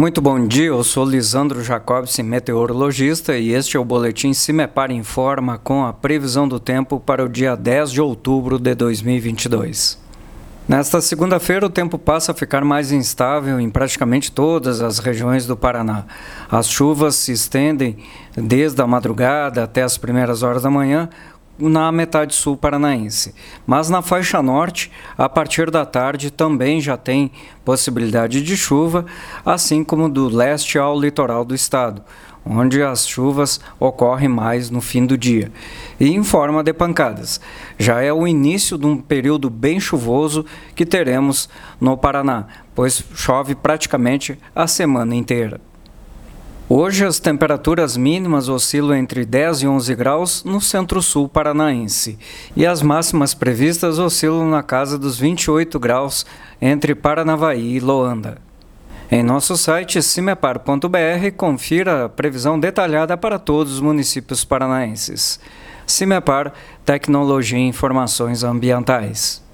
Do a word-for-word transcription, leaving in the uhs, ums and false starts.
Muito bom dia, eu sou Lisandro Jacobson, meteorologista, e este é o boletim Cimepar Informa com a previsão do tempo para o dia dez de outubro de dois mil e vinte e dois. Nesta segunda-feira, o tempo passa a ficar mais instável em praticamente todas as regiões do Paraná. As chuvas se estendem desde a madrugada até as primeiras horas da manhã, na metade sul paranaense. Mas na faixa norte, a partir da tarde, também já tem possibilidade de chuva, assim como do leste ao litoral do estado, onde as chuvas ocorrem mais no fim do dia, e em forma de pancadas. Já é o início de um período bem chuvoso que teremos no Paraná, pois chove praticamente a semana inteira. Hoje as temperaturas mínimas oscilam entre dez e onze graus no centro-sul paranaense e as máximas previstas oscilam na casa dos vinte e oito graus entre Paranavaí e Loanda. Em nosso site cimepar ponto br, confira a previsão detalhada para todos os municípios paranaenses. Cimepar, Tecnologia e Informações Ambientais.